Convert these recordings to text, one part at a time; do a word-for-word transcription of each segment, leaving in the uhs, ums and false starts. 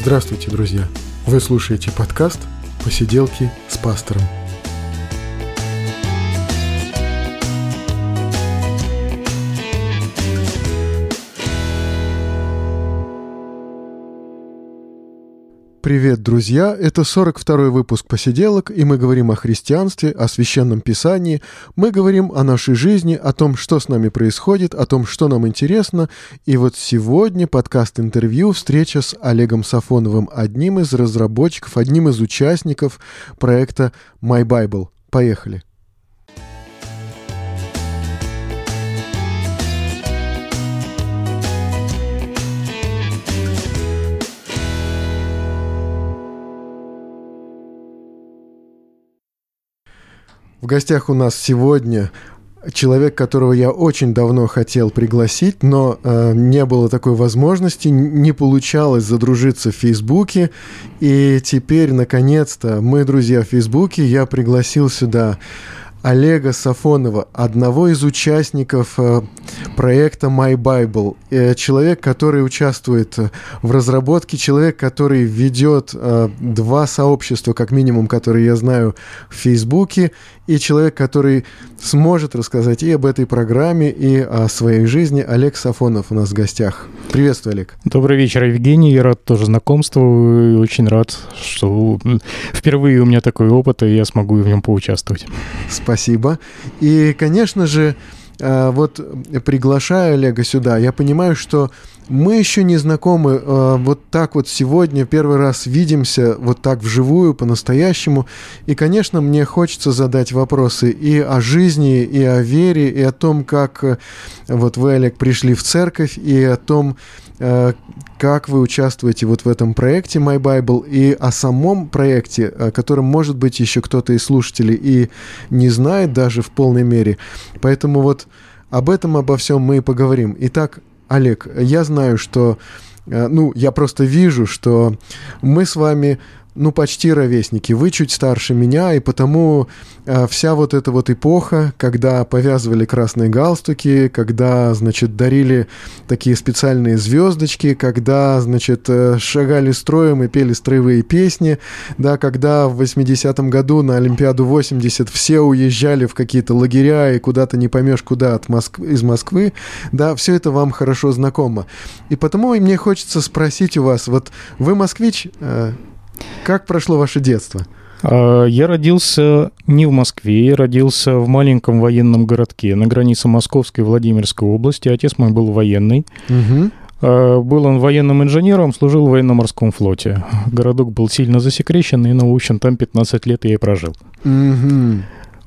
Здравствуйте, друзья! Вы слушаете подкаст «Посиделки с пастором». Привет, друзья! Это сорок второй выпуск «Посиделок», и мы говорим о христианстве, о Священном Писании. Мы говорим о нашей жизни, о том, что с нами происходит, о том, что нам интересно. И вот сегодня подкаст-интервью, встреча с Олегом Сафоновым, одним из разработчиков, одним из участников проекта My Bible. Поехали! В гостях у нас сегодня человек, которого я очень давно хотел пригласить, но э, не было такой возможности, не получалось задружиться в Фейсбуке, и теперь, наконец-то, мы друзья в Фейсбуке, я пригласил сюда Олега Сафонова, одного из участников э, проекта My Bible, э, человек, который участвует в разработке, человек, который ведет э, два сообщества, как минимум, которые я знаю в Фейсбуке, и человек, который сможет рассказать и об этой программе, и о своей жизни. Олег Сафонов у нас в гостях. Приветствую, Олег. Добрый вечер, Евгений. Я рад тоже знакомству и очень рад, что впервые у меня такой опыт, и я смогу в нем поучаствовать. Спасибо. И, конечно же, вот приглашая Олега сюда, я понимаю, что мы еще не знакомы, вот так вот сегодня первый раз видимся вот так вживую, по-настоящему. И, конечно, мне хочется задать вопросы и о жизни, и о вере, и о том, как вот вы, Олег, пришли в церковь, и о том, как вы участвуете вот в этом проекте My Bible, и о самом проекте, о котором, может быть, еще кто-то из слушателей и не знает даже в полной мере. Поэтому вот об этом, обо всем мы и поговорим. Итак, Олег, я знаю, что, ну, я просто вижу, что мы с вами, ну, почти ровесники. Вы чуть старше меня, и потому э, вся вот эта вот эпоха, когда повязывали красные галстуки, когда, значит, дарили такие специальные звездочки, когда, значит, э, шагали строем и пели строевые песни, да, когда в восьмидесятом году на Олимпиаду восемьдесят все уезжали в какие-то лагеря и куда-то не поймешь куда от Моск... из Москвы, да, все это вам хорошо знакомо. И потому мне хочется спросить у вас, вот вы москвич, э, как прошло ваше детство? Я родился не в Москве, я родился в маленьком военном городке на границе Московской и Владимирской области. Отец мой был военный. Угу. Был он военным инженером, служил в военно-морском флоте. Городок был сильно засекреченный, но, в общем, там пятнадцать лет я и прожил. Угу.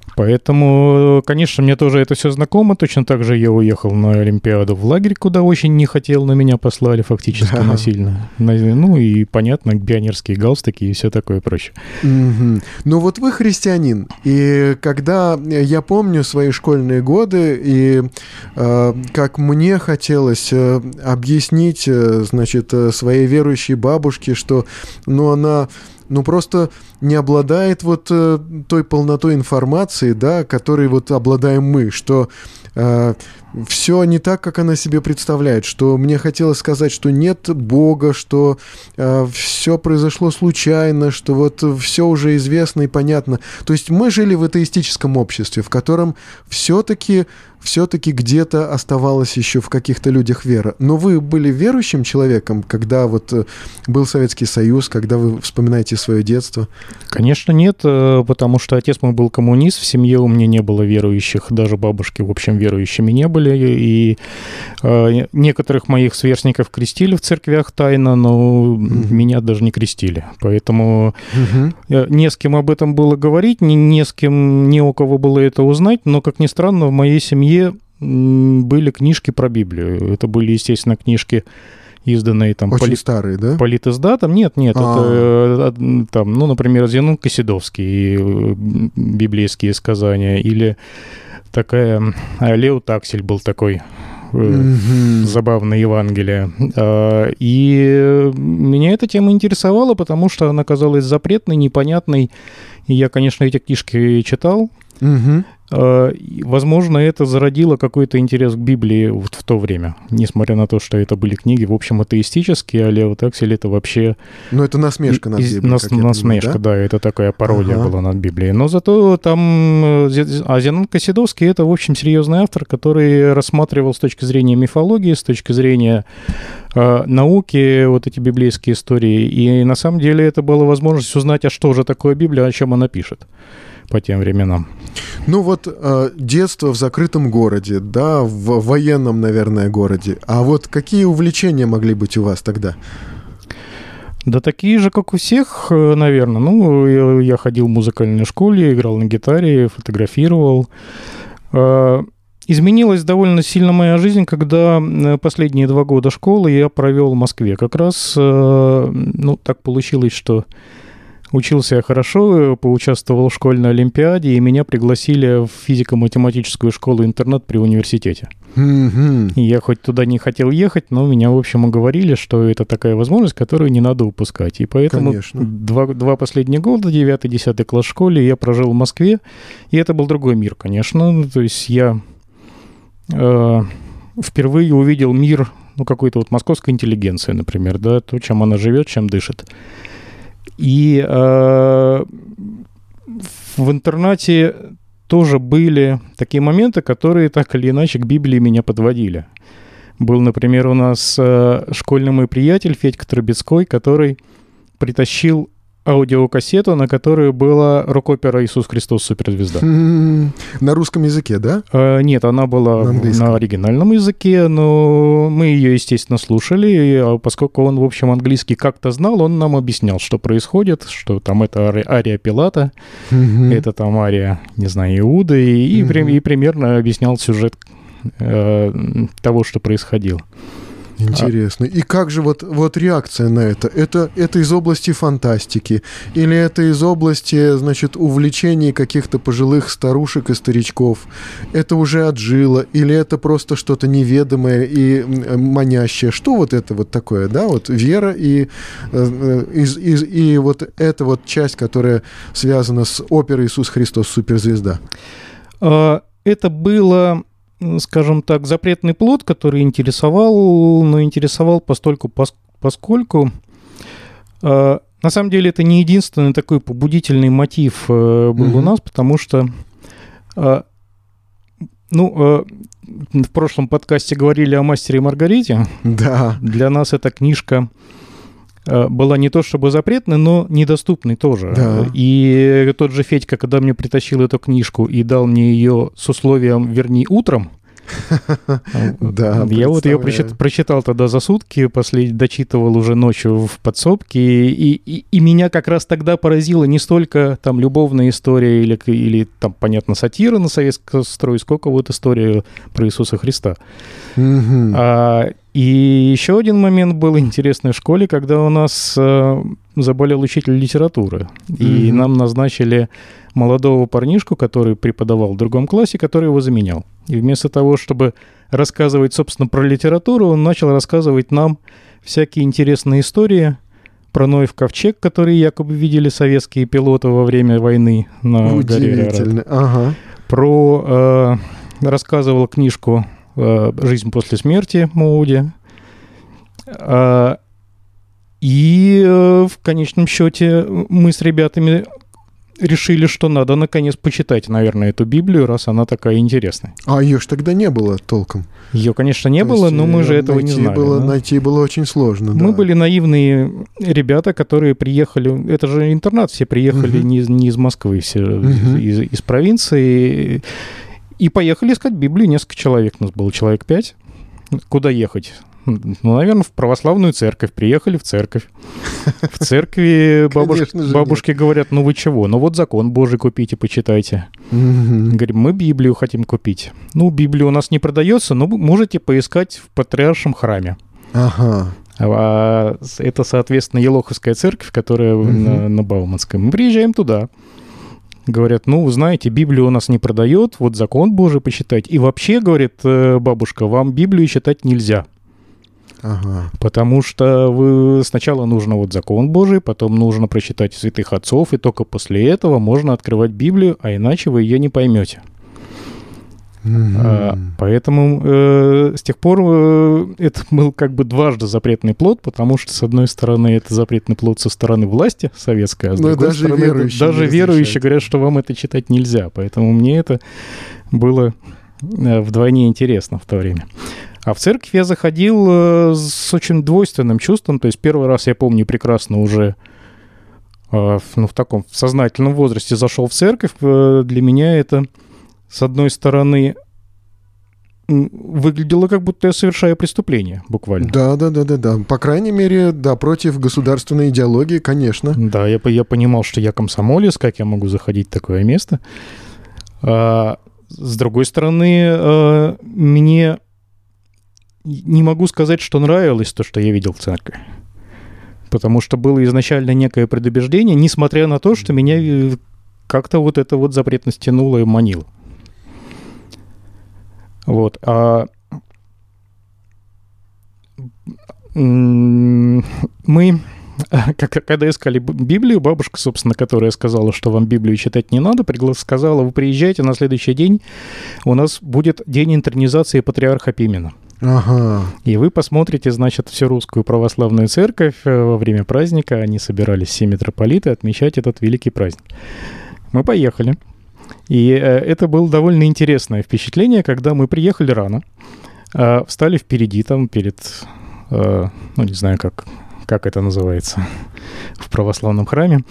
Поэтому, конечно, мне тоже это все знакомо. Точно так же я уехал на Олимпиаду в лагерь, куда очень не хотел, но меня послали фактически да. насильно. Ну и, понятно, пионерские галстуки и все такое прочее. Mm-hmm. Ну вот вы христианин, и когда я помню свои школьные годы, и э, как мне хотелось э, объяснить, э, значит, своей верующей бабушке, что, ну, она... ну, просто не обладает вот э, той полнотой информации, да, которой вот обладаем мы, что э, все не так, как она себе представляет, что мне хотелось сказать, что нет Бога, что э, все произошло случайно, что вот все уже известно и понятно. То есть мы жили в атеистическом обществе, в котором все-таки все-таки где-то оставалась еще в каких-то людях вера. Но вы были верующим человеком, когда вот был Советский Союз, когда вы вспоминаете свое детство? Конечно, нет, потому что отец мой был коммунист, в семье у меня не было верующих, даже бабушки, в общем, верующими не были, и э, некоторых моих сверстников крестили в церквях тайно, но mm-hmm. меня даже не крестили, поэтому mm-hmm. не с кем об этом было говорить, не, не с кем, не у кого было это узнать, но, как ни странно, в моей семье были книжки про Библию. Это были, естественно, книжки, изданные там... Очень поли... старые, да? Политиздатом. Нет, нет. А-а-а. Это, там, ну, например, Зенон Косидовский, библейские сказания, или такая... Лео Таксель был такой... Mm-hmm. Забавное Евангелие. И меня эта тема интересовала, потому что она казалась запретной, непонятной. И я, конечно, эти книжки читал. Угу. Возможно, это зародило какой-то интерес к Библии вот в то время, несмотря на то, что это были книги, в общем, атеистические, а Лео Таксель это вообще... Ну, это насмешка над Библией, нас, как я насмешка, понимаю, да? да, это такая пародия ага. была над Библией. Но зато там... А Зенон Косидовский — это, в общем, серьезный автор, который рассматривал с точки зрения мифологии, с точки зрения э, науки вот эти библейские истории. И на самом деле это была возможность узнать, а что же такое Библия, о чем она пишет по тем временам. Ну вот э, детство в закрытом городе, да, в военном, наверное, городе. А вот какие увлечения могли быть у вас тогда? Да такие же, как у всех, наверное. Ну, я, я ходил в музыкальной школе, играл на гитаре, фотографировал. Изменилась довольно сильно моя жизнь, когда последние два года школы я провел в Москве. Как раз, ну, так получилось, что учился я хорошо, поучаствовал в школьной олимпиаде, и меня пригласили в физико-математическую школу-интернат при университете. Mm-hmm. И я хоть туда не хотел ехать, но меня, в общем, уговорили, что это такая возможность, которую не надо упускать. И поэтому два, два последних года, девятый, десятый класс в школе, я прожил в Москве, и это был другой мир, конечно. То есть я э, впервые увидел мир, ну, какой-то вот московской интеллигенции, например, да, то, чем она живет, чем дышит. И э, в интернате тоже были такие моменты, которые так или иначе к Библии меня подводили. Был, например, у нас э, школьный мой приятель Федька Трубецкой, который притащил аудиокассету, на которой была рок-опера «Иисус Христос. Суперзвезда». Mm-hmm. На русском языке, да? Э, нет, она была на, на оригинальном языке, но мы ее, естественно, слушали, а поскольку он, в общем, английский как-то знал, он нам объяснял, что происходит, что там это ария Пилата, mm-hmm. это там ария, не знаю, Иуды, и, mm-hmm. и, и примерно объяснял сюжет э, того, что происходило. Интересно. И как же вот, вот реакция на это? это? Это из области фантастики? Или это из области, значит, увлечений каких-то пожилых старушек и старичков? Это уже отжило? Или это просто что-то неведомое и манящее? Что вот это вот такое, да? Вот вера и, и, и, и вот эта вот часть, которая связана с оперой «Иисус Христос. Суперзвезда». Это было... скажем так, запретный плод, который интересовал, но интересовал постольку, поскольку э, на самом деле это не единственный такой побудительный мотив э, был mm-hmm. у нас, потому что э, ну, э, в прошлом подкасте говорили о «Мастере и Маргарите». Да. Для нас эта книжка э, была не то чтобы запретной, но недоступной тоже. Да. И тот же Федька, когда мне притащил эту книжку и дал мне ее с условием «верни утром», да, я вот ее прочитал, прочитал тогда за сутки, после дочитывал уже ночью в подсобке, и, и, и меня как раз тогда поразила не столько там любовная история или, или там, понятно, сатира на советский строй, сколько вот история про Иисуса Христа. Mm-hmm. А, и еще один момент был интересный в школе, когда у нас а, заболел учитель литературы, mm-hmm. и нам назначили молодого парнишку, который преподавал в другом классе, который его заменял. И вместо того, чтобы рассказывать, собственно, про литературу, он начал рассказывать нам всякие интересные истории про Ноев ковчег, который якобы видели советские пилоты во время войны на горе Арарат. Ага. Про... Э, рассказывал книжку э, «Жизнь после смерти» Моуди. Э, и э, в конечном счете мы с ребятами решили, что надо наконец почитать, наверное, эту Библию, раз она такая интересная. А ее ж тогда не было толком. Ее, конечно, не То было, но мы же этого не знали. Было, да? Найти было очень сложно. Мы да. были наивные ребята, которые приехали... Это же интернат, все приехали uh-huh. не, из, не из Москвы, все uh-huh. из, из, из провинции. И поехали искать Библию. Несколько человек, у нас было человек пять. Куда ехать? Ну, наверное, в православную церковь. Приехали в церковь. В церкви бабушки, бабушки говорят, ну вы чего? Ну вот закон Божий купите, почитайте. Mm-hmm. Говорим, мы Библию хотим купить. Ну, Библия у нас не продается, но можете поискать в Патриаршем храме. Ага. А это, соответственно, Елоховская церковь, которая mm-hmm. на, на Бауманской. Мы приезжаем туда. Говорят, ну, знаете, Библию у нас не продает, вот закон Божий почитать. И вообще, говорит бабушка, вам Библию читать нельзя. Ага. Потому что вы сначала нужно вот закон Божий, потом нужно прочитать святых отцов, и только после этого можно открывать Библию, а иначе вы ее не поймете. Mm-hmm. А, поэтому э, с тех пор э, это был как бы дважды запретный плод, потому что, с одной стороны, это запретный плод со стороны власти советской, а с Но другой даже стороны, верующие даже верующие говорят, что вам это читать нельзя. Поэтому мне это было э, вдвойне интересно в то время. А в церковь я заходил э, с очень двойственным чувством. То есть первый раз, я помню прекрасно, уже э, ну, в таком сознательном возрасте зашел в церковь. Э, для меня это, с одной стороны, выглядело, как будто я совершаю преступление, буквально. Да, да, да, да, да. По крайней мере, да, против государственной идеологии, конечно. Да, я, я понимал, что я комсомолец, как я могу заходить в такое место. А, с другой стороны, а, мне не могу сказать, что нравилось то, что я видел в церкви. Потому что было изначально некое предубеждение, несмотря на то, что меня как-то вот это вот запретно стянуло и манило. Вот. А мы, когда искали Библию, бабушка, собственно, которая сказала, что вам Библию читать не надо, сказала, вы приезжайте на следующий день, у нас будет день интронизации патриарха Пимена. Ага. И вы посмотрите, значит, всю русскую православную церковь во время праздника, они собирались, все митрополиты, отмечать этот великий праздник. Мы поехали. И это было довольно интересное впечатление, когда мы приехали рано, встали впереди, там, перед, ну, не знаю, как, как это называется в православном храме.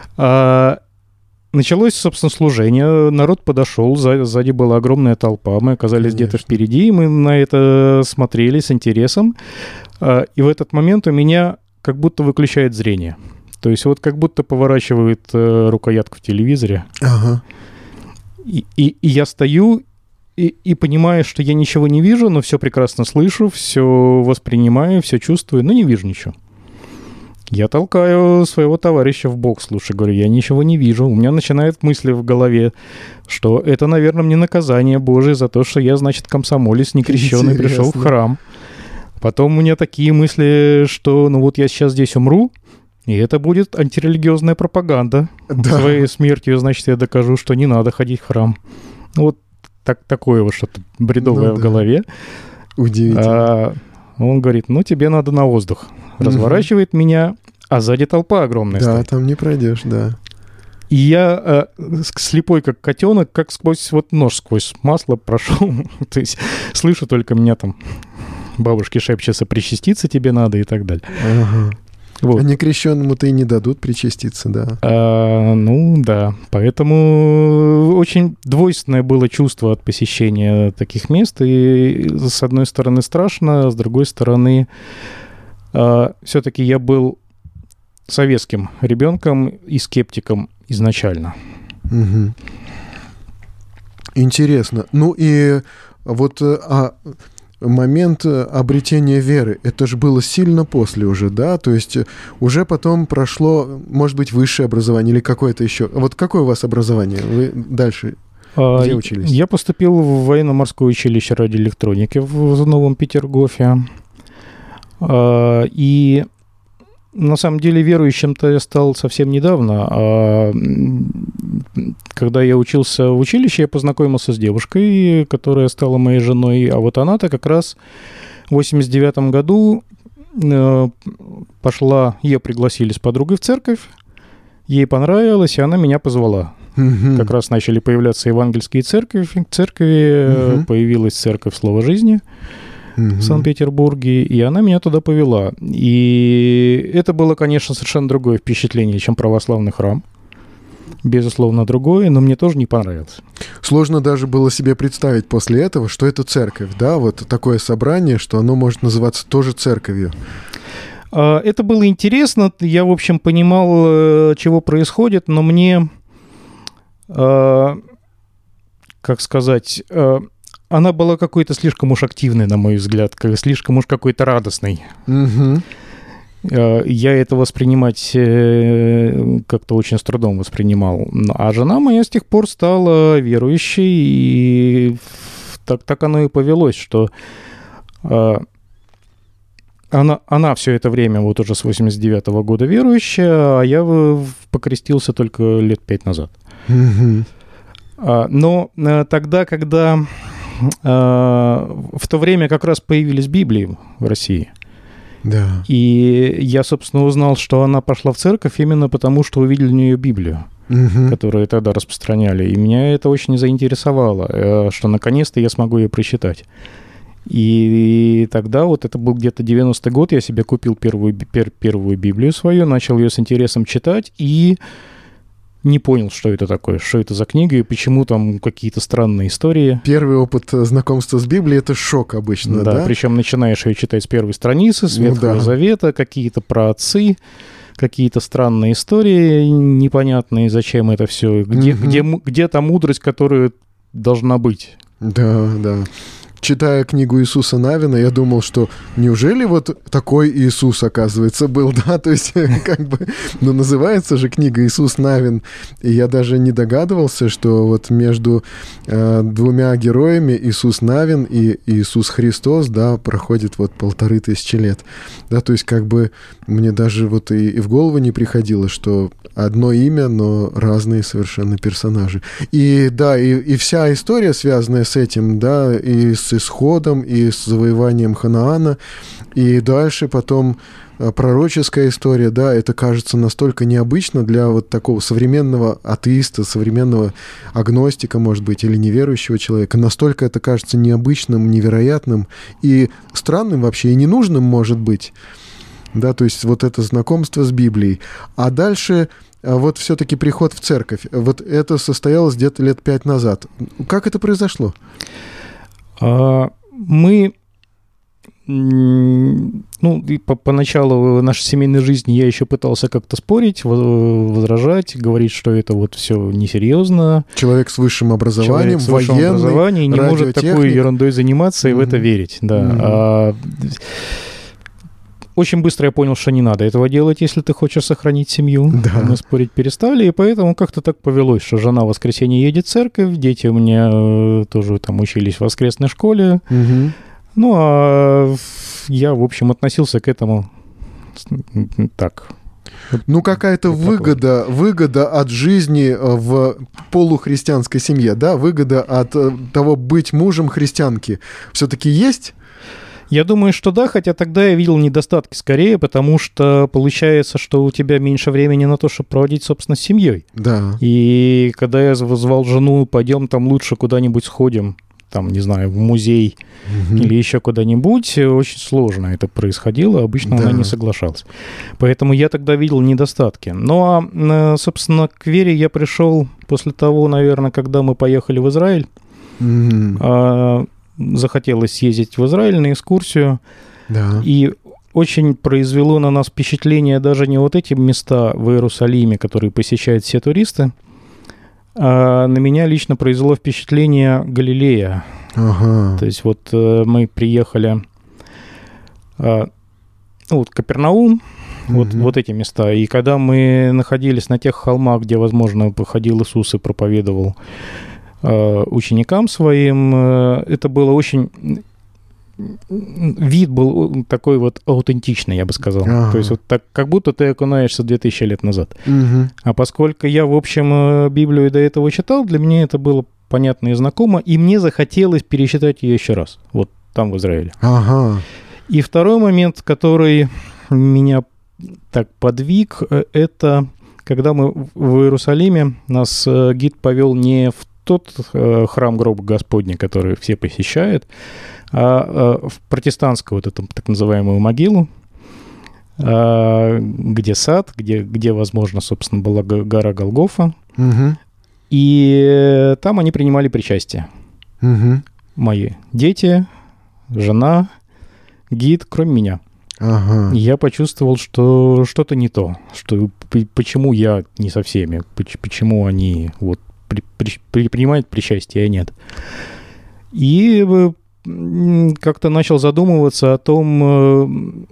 Началось, собственно, служение, народ подошел, сзади была огромная толпа, мы оказались Конечно. Где-то впереди, мы на это смотрели с интересом, и в этот момент у меня как будто выключает зрение. То есть вот как будто поворачивают рукоятку в телевизоре. Ага. И, и, и я стою и, и понимаю, что я ничего не вижу, но все прекрасно слышу, все воспринимаю, все чувствую, но не вижу ничего. Я толкаю своего товарища в бок, слушай, говорю, я ничего не вижу. У меня начинают мысли в голове, что это, наверное, мне наказание Божие за то, что я, значит, комсомолец, некрещенный, пришел в храм. Потом у меня такие мысли, что ну вот я сейчас здесь умру, и это будет антирелигиозная пропаганда. Да. Своей смертью, значит, я докажу, что не надо ходить в храм. Вот так, такое вот что-то бредовое ну, в да. голове. Удивительно. А, он говорит, ну тебе надо на воздух. Разворачивает угу. меня, а сзади толпа огромная да, стоит. Да, там не пройдешь, да. И я э, слепой, как котенок, как сквозь вот нож сквозь масло прошел. То есть слышу только меня там бабушки шепчутся, причаститься тебе надо и так далее. Ага. Вот. А некрещенному-то и не дадут причаститься, да. А, ну, да. Поэтому очень двойственное было чувство от посещения таких мест. И с одной стороны страшно, с другой стороны а, все-таки я был советским ребенком и скептиком изначально. Угу. Интересно. Ну и вот... А... момент обретения веры, это же было сильно после уже, да? То есть уже потом прошло, может быть, высшее образование или какое-то еще. Вот какое у вас образование? Вы дальше а, где учились? Я поступил в военно-морское училище радиоэлектроники в Новом Петергофе. А, и на самом деле верующим-то я стал совсем недавно. А когда я учился в училище, я познакомился с девушкой, которая стала моей женой. А вот она-то как раз в восемьдесят девятом году пошла, ее пригласили с подругой в церковь, ей понравилось, и она меня позвала. Угу. Как раз начали появляться евангельские церкви, церкви угу. появилась церковь Слова жизни в Санкт-Петербурге, и она меня туда повела. И это было, конечно, совершенно другое впечатление, чем православный храм. Безусловно, другое, но мне тоже не понравилось. Сложно даже было себе представить после этого, что это церковь, да? Вот такое собрание, что оно может называться тоже церковью. Это было интересно. Я, в общем, понимал, чего происходит, но мне, как сказать... Она была какой-то слишком уж активной, на мой взгляд, слишком уж какой-то радостной. Угу. Я это воспринимать как-то очень с трудом воспринимал. А жена моя с тех пор стала верующей, и так, так оно и повелось, что она, она все это время, вот уже с восемьдесят девятого года верующая, а я покрестился только лет пять назад. Mm-hmm. Но тогда, когда в то время как раз появились Библии в России, да. И я, собственно, узнал, что она пошла в церковь именно потому, что увидели в нее Библию, угу. которую тогда распространяли. И меня это очень заинтересовало, что наконец-то я смогу ее прочитать. И тогда, вот это был где-то девяностый год, я себе купил первую, пер, первую Библию свою, начал ее с интересом читать и не понял, что это такое, что это за книга и почему там какие-то странные истории. Первый опыт знакомства с Библией — это шок обычно, да? Да, причем начинаешь ее читать с первой страницы, с Ветхого ну, да. Завета, какие-то праотцы, какие-то странные истории непонятные, зачем это все, где, угу. где, где та мудрость, которая должна быть. Да, да. Читая книгу Иисуса Навина, я думал, что неужели вот такой Иисус, оказывается, был, да, то есть как бы, ну, называется же книга «Иисус Навин», и я даже не догадывался, что вот между э, двумя героями Иисус Навин и Иисус Христос, да, проходит вот полторы тысячи лет, да, то есть как бы мне даже вот и, и в голову не приходило, что одно имя, но разные совершенно персонажи. И да, и, и вся история, связанная с этим, да, и с исходом, и с завоеванием Ханаана, и дальше потом пророческая история, да, это кажется настолько необычно для вот такого современного атеиста, современного агностика, может быть, или неверующего человека, настолько это кажется необычным, невероятным и странным вообще, и ненужным, может быть, да, то есть вот это знакомство с Библией. А дальше вот все-таки приход в церковь, вот это состоялось где-то лет пять назад. Как это произошло? Мы, ну, по поначалу нашей семейной жизни я еще пытался как-то спорить, возражать, говорить, что это вот все несерьезно. Человек с высшим образованием, Человек с высшим военный, образованием не может такой ерундой заниматься и mm-hmm. в это верить, да. Mm-hmm. А, очень быстро я понял, что не надо этого делать, если ты хочешь сохранить семью. Да. Мы спорить перестали, и поэтому как-то так повелось, что жена в воскресенье едет в церковь, дети у меня тоже там учились в воскресной школе. Угу. Ну, а я, в общем, относился к этому так. Ну, какая-то выгода, выгода от жизни в полухристианской семье, да? Выгода от того быть мужем христианки все-таки есть? Я думаю, что да, хотя тогда я видел недостатки скорее, потому что получается, что у тебя меньше времени на то, чтобы проводить, собственно, с семьей. Да. И когда я звал жену, пойдем там лучше куда-нибудь сходим, там, не знаю, в музей угу. или еще куда-нибудь, очень сложно это происходило, обычно да. она не соглашалась. Поэтому я тогда видел недостатки. Ну, а, собственно, к вере я пришел после того, наверное, когда мы поехали в Израиль. Угу. А, захотелось съездить в Израиль на экскурсию, да. и очень произвело на нас впечатление даже не вот эти места в Иерусалиме, которые посещают все туристы, а на меня лично произвело впечатление Галилея. Ага. То есть вот мы приехали, ну вот Капернаум, угу. вот, вот эти места, и когда мы находились на тех холмах, где, возможно, походил Иисус и проповедовал ученикам своим, это было очень... Вид был такой вот аутентичный, я бы сказал. Ага. То есть вот так, как будто ты окунаешься две тысячи лет назад. Угу. А поскольку я, в общем, Библию до этого читал, для меня это было понятно и знакомо, и мне захотелось перечитать ее еще раз, вот там, в Израиле. Ага. И второй момент, который меня так подвиг, это когда мы в Иерусалиме, нас гид повел не в тот э, храм гроба Господня, который все посещают, а э, в протестантскую вот эту так называемую могилу, э, где сад, где, где, возможно, собственно, была гора Голгофа. Угу. И там они принимали причастие. Угу. Мои дети, жена, гид, кроме меня. Ага. Я почувствовал, что что-то не то, что почему я не со всеми, почему они вот При, при, принимает причастие, а нет. И как-то начал задумываться о том,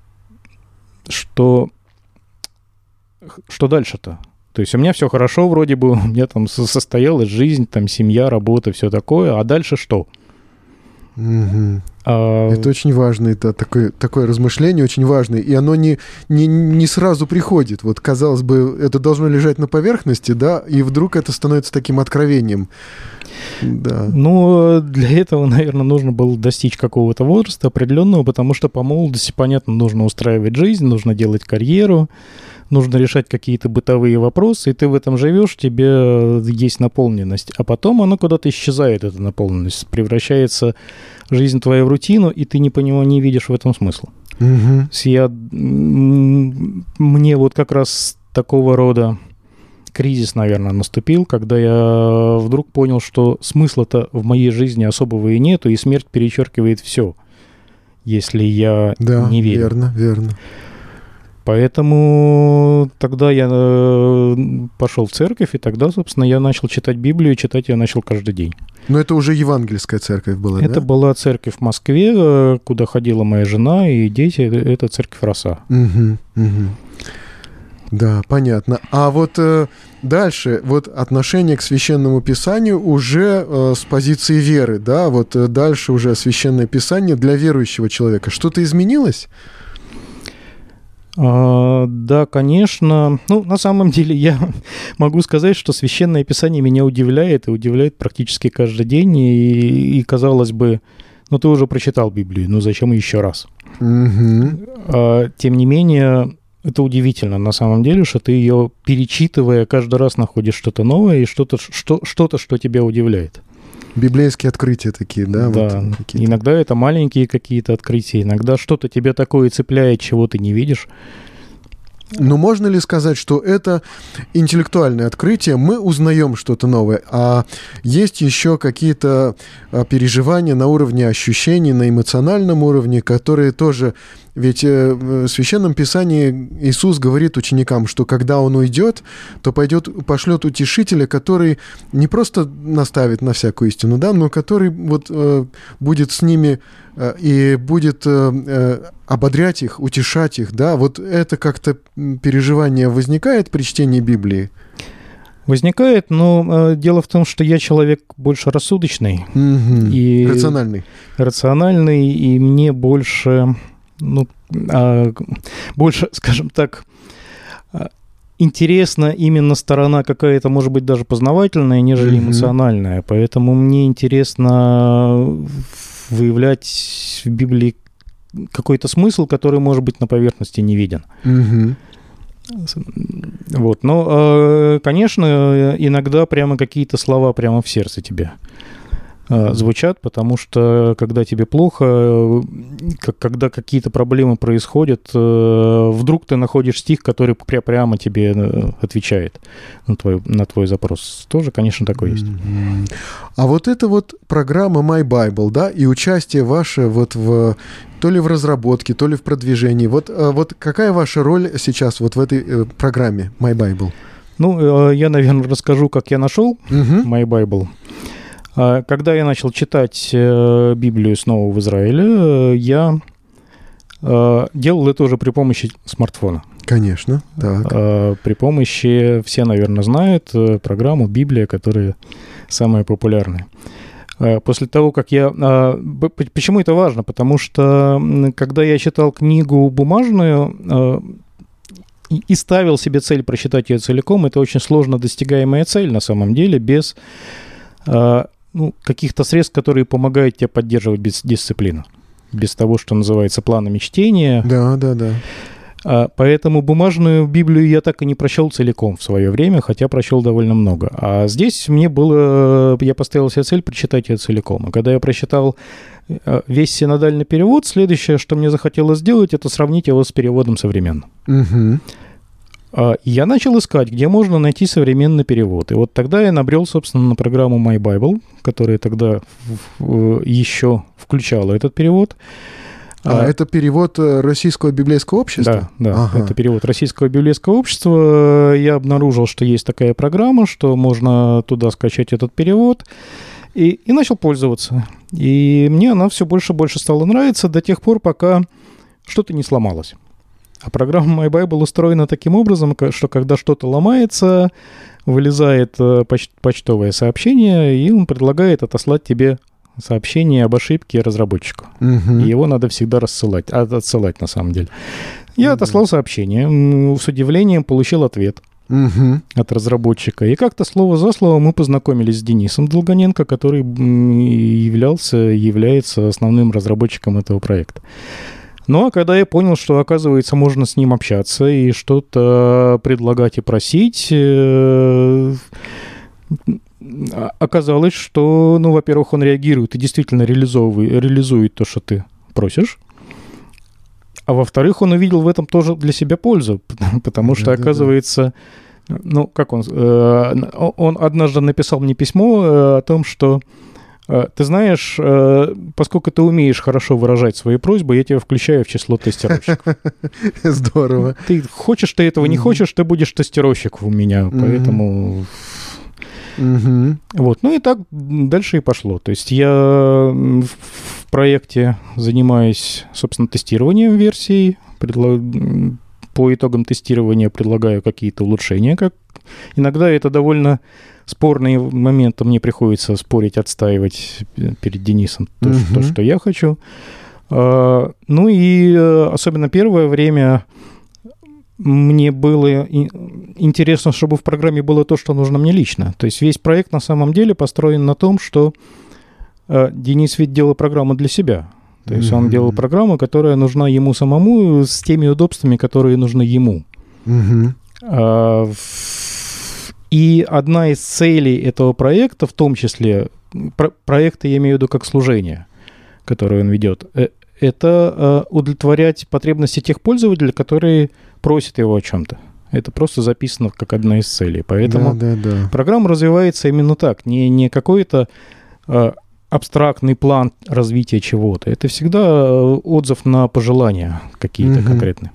что, что дальше-то. То есть у меня все хорошо вроде бы, у меня там состоялась жизнь, там семья, работа, все такое, а дальше что? Угу. А... Это очень важно, это такое, такое размышление очень важное, и оно не, не, не сразу приходит. Вот, казалось бы, это должно лежать на поверхности, да, и вдруг это становится таким откровением. Да. Ну, для этого, наверное, нужно было достичь какого-то возраста определенного, потому что по молодости, понятно, нужно устраивать жизнь, нужно делать карьеру, нужно решать какие-то бытовые вопросы, и ты в этом живешь, тебе есть наполненность. А потом она куда-то исчезает, эта наполненность, превращается жизнь твоя в рутину, и ты не понимаешь, не видишь в этом смысла. Угу. Я, мне вот как раз такого рода кризис, наверное, наступил, когда я вдруг понял, что смысла-то в моей жизни особого и нету, и смерть перечеркивает все, если я да, не верю. Верно, верно. Поэтому тогда я пошел в церковь, и тогда, собственно, я начал читать Библию, и читать я начал каждый день. Но это уже евангельская церковь была, Это да? была церковь в Москве, куда ходила моя жена и дети, это церковь Роса. Угу, угу. Да, понятно. А вот э, дальше, вот отношение к Священному Писанию уже э, с позиции веры, да, вот э, дальше уже Священное Писание для верующего человека. Что-то изменилось? А, да, конечно. Ну, на самом деле, я могу сказать, что Священное Писание меня удивляет, и удивляет практически каждый день, и, и казалось бы, ну, ты уже прочитал Библию, ну, зачем еще раз? Угу. А, тем не менее, это удивительно, на самом деле, что ты ее, перечитывая, каждый раз находишь что-то новое и что-то, что, что-то, что тебя удивляет. Библейские открытия такие, да? Да, вот иногда это маленькие какие-то открытия, иногда что-то тебя такое цепляет, чего ты не видишь. Но можно ли сказать, что это интеллектуальное открытие, мы узнаем что-то новое, а есть еще какие-то переживания на уровне ощущений, на эмоциональном уровне, которые тоже... Ведь в Священном Писании Иисус говорит ученикам, что когда Он уйдет, то пойдет, пошлет утешителя, который не просто наставит на всякую истину, да, но который вот, э, будет с ними э, и будет э, ободрять их, утешать их. Да? Вот это как-то переживание возникает при чтении Библии? Возникает, но э, дело в том, что я человек больше рассудочный. Угу. И рациональный. Рациональный, и мне больше... Ну, а, больше, скажем так, интересна именно сторона какая-то, может быть, даже познавательная, нежели эмоциональная. Mm-hmm. Поэтому мне интересно выявлять в Библии какой-то смысл, который, может быть, на поверхности не виден. Mm-hmm. Вот. Но, конечно, иногда прямо какие-то слова прямо в сердце тебе звучат, потому что когда тебе плохо, когда какие-то проблемы происходят, вдруг ты находишь стих, который прямо тебе отвечает на твой, на твой запрос. Тоже, конечно, такое есть. А вот эта вот программа My Bible, да, и участие ваше вот в то ли в разработке, то ли в продвижении. Вот, вот какая ваша роль сейчас вот в этой программе My Bible? Ну, я, наверное, расскажу, как я нашел uh-huh. My Bible. Когда я начал читать Библию снова в Израиле, я делал это уже при помощи смартфона. Конечно, так. При помощи, все, наверное, знают программу «Библия», которая самая популярная. После того, как я... Почему это важно? Потому что, когда я читал книгу бумажную и ставил себе цель прочитать ее целиком, это очень сложно достигаемая цель, на самом деле, без... Ну, каких-то средств, которые помогают тебе поддерживать без дисциплину, без того, что называется планами чтения. Да, да, да. А, поэтому бумажную Библию я так и не прочел целиком в свое время, хотя прочел довольно много. А здесь мне было... Я поставил себе цель прочитать ее целиком. А когда я прочитал весь синодальный перевод, следующее, что мне захотелось сделать, это сравнить его с переводом современным. Угу. Я начал искать, где можно найти современный перевод. И вот тогда я набрел, собственно, на программу My Bible, которая тогда еще включала этот перевод. А, а это перевод Российского библейского общества? Да, да, ага. Это перевод Российского библейского общества. Я обнаружил, что есть такая программа, что можно туда скачать этот перевод, и, и начал пользоваться. И мне она все больше и больше стала нравиться до тех пор, пока что-то не сломалось. А программа My Bible устроена таким образом, что когда что-то ломается, вылезает поч- почтовое сообщение, и он предлагает отослать тебе сообщение об ошибке разработчику. Угу. И его надо всегда рассылать, отсылать на самом деле. Я угу. отослал сообщение, с удивлением получил ответ. Угу. От разработчика. И как-то слово за слово мы познакомились с Денисом Долгоненко, который являлся, является основным разработчиком этого проекта. Ну, а когда я понял, что, оказывается, можно с ним общаться и что-то предлагать и просить, оказалось, что, ну, во-первых, он реагирует и действительно реализует то, что ты просишь. А во-вторых, он увидел в этом тоже для себя пользу, потому что, да, оказывается, да, да. ну, как он, он однажды написал мне письмо о том, что, ты знаешь, поскольку ты умеешь хорошо выражать свои просьбы, я тебя включаю в число тестировщиков. Здорово. Ты хочешь ты этого, не хочешь, ты будешь тестировщиком у меня, поэтому... Угу. Вот, ну и так дальше и пошло. То есть я в проекте занимаюсь, собственно, тестированием версий, предлаг... по итогам тестирования предлагаю какие-то улучшения. Как... Иногда это довольно спорные моменты, мне приходится спорить, отстаивать перед Денисом то, угу. то что я хочу. Ну и особенно первое время... Мне было интересно, чтобы в программе было то, что нужно мне лично. То есть весь проект на самом деле построен на том, что э, Денис ведь делал программу для себя. То есть mm-hmm. он делал программу, которая нужна ему самому, с теми удобствами, которые нужны ему. Mm-hmm. А, и одна из целей этого проекта, в том числе, про- проекта я имею в виду как служение, которое он ведет, это э, удовлетворять потребности тех пользователей, которые просят его о чем-то. Это просто записано как одна из целей. Поэтому да, да, да. программа развивается именно так. Не, не какой-то э, абстрактный план развития чего-то. Это всегда отзыв на пожелания какие-то угу. конкретные.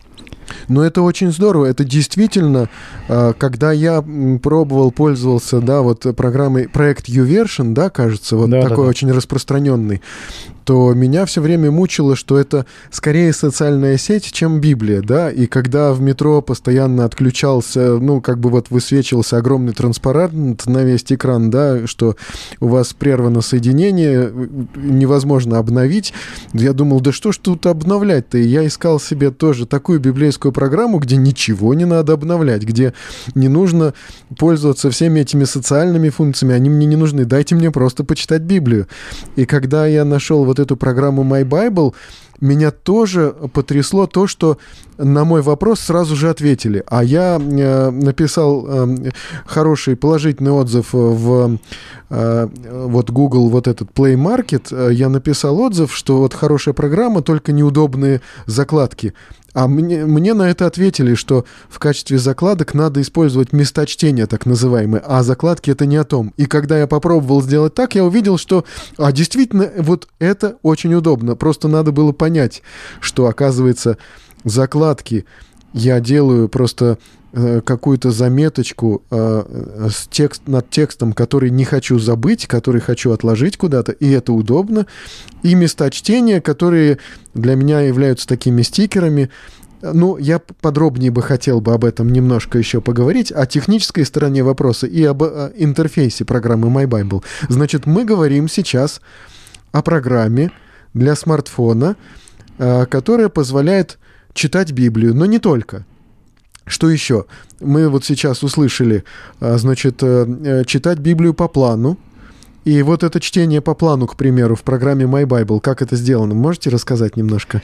Но это очень здорово. Это действительно, когда я пробовал, пользовался, да, вот программой, проект YouVersion, да, кажется, вот да, такой да, да. очень распространенный, то меня все время мучило, что это скорее социальная сеть, чем Библия, да, и когда в метро постоянно отключался, ну, как бы вот высвечивался огромный транспарант на весь экран, да, что у вас прервано соединение, невозможно обновить, я думал, да что ж тут обновлять-то, и я искал себе тоже такую библейскую программу, где ничего не надо обновлять, где не нужно пользоваться всеми этими социальными функциями, они мне не нужны, дайте мне просто почитать Библию. И когда я нашел вот эту программу MyBible, меня тоже потрясло то, что на мой вопрос сразу же ответили. А я э, написал э, хороший положительный отзыв в э, вот Google, вот этот Play Market. Я написал отзыв, что вот хорошая программа, только неудобные закладки. А мне, мне на это ответили, что в качестве закладок надо использовать места чтения, так называемые, а закладки — это не о том. И когда я попробовал сделать так, я увидел, что а, действительно вот это очень удобно. Просто надо было понять, что, оказывается, закладки я делаю просто э, какую-то заметочку э, с текст, над текстом, который не хочу забыть, который хочу отложить куда-то, и это удобно. И места чтения, которые для меня являются такими стикерами. Ну, я подробнее бы хотел бы об этом немножко еще поговорить, о технической стороне вопроса и об о интерфейсе программы MyBible. Значит, мы говорим сейчас о программе для смартфона, э, которая позволяет читать Библию, но не только. Что еще? Мы вот сейчас услышали, значит, читать Библию по плану. И вот это чтение по плану, к примеру, в программе MyBible, как это сделано? Можете рассказать немножко?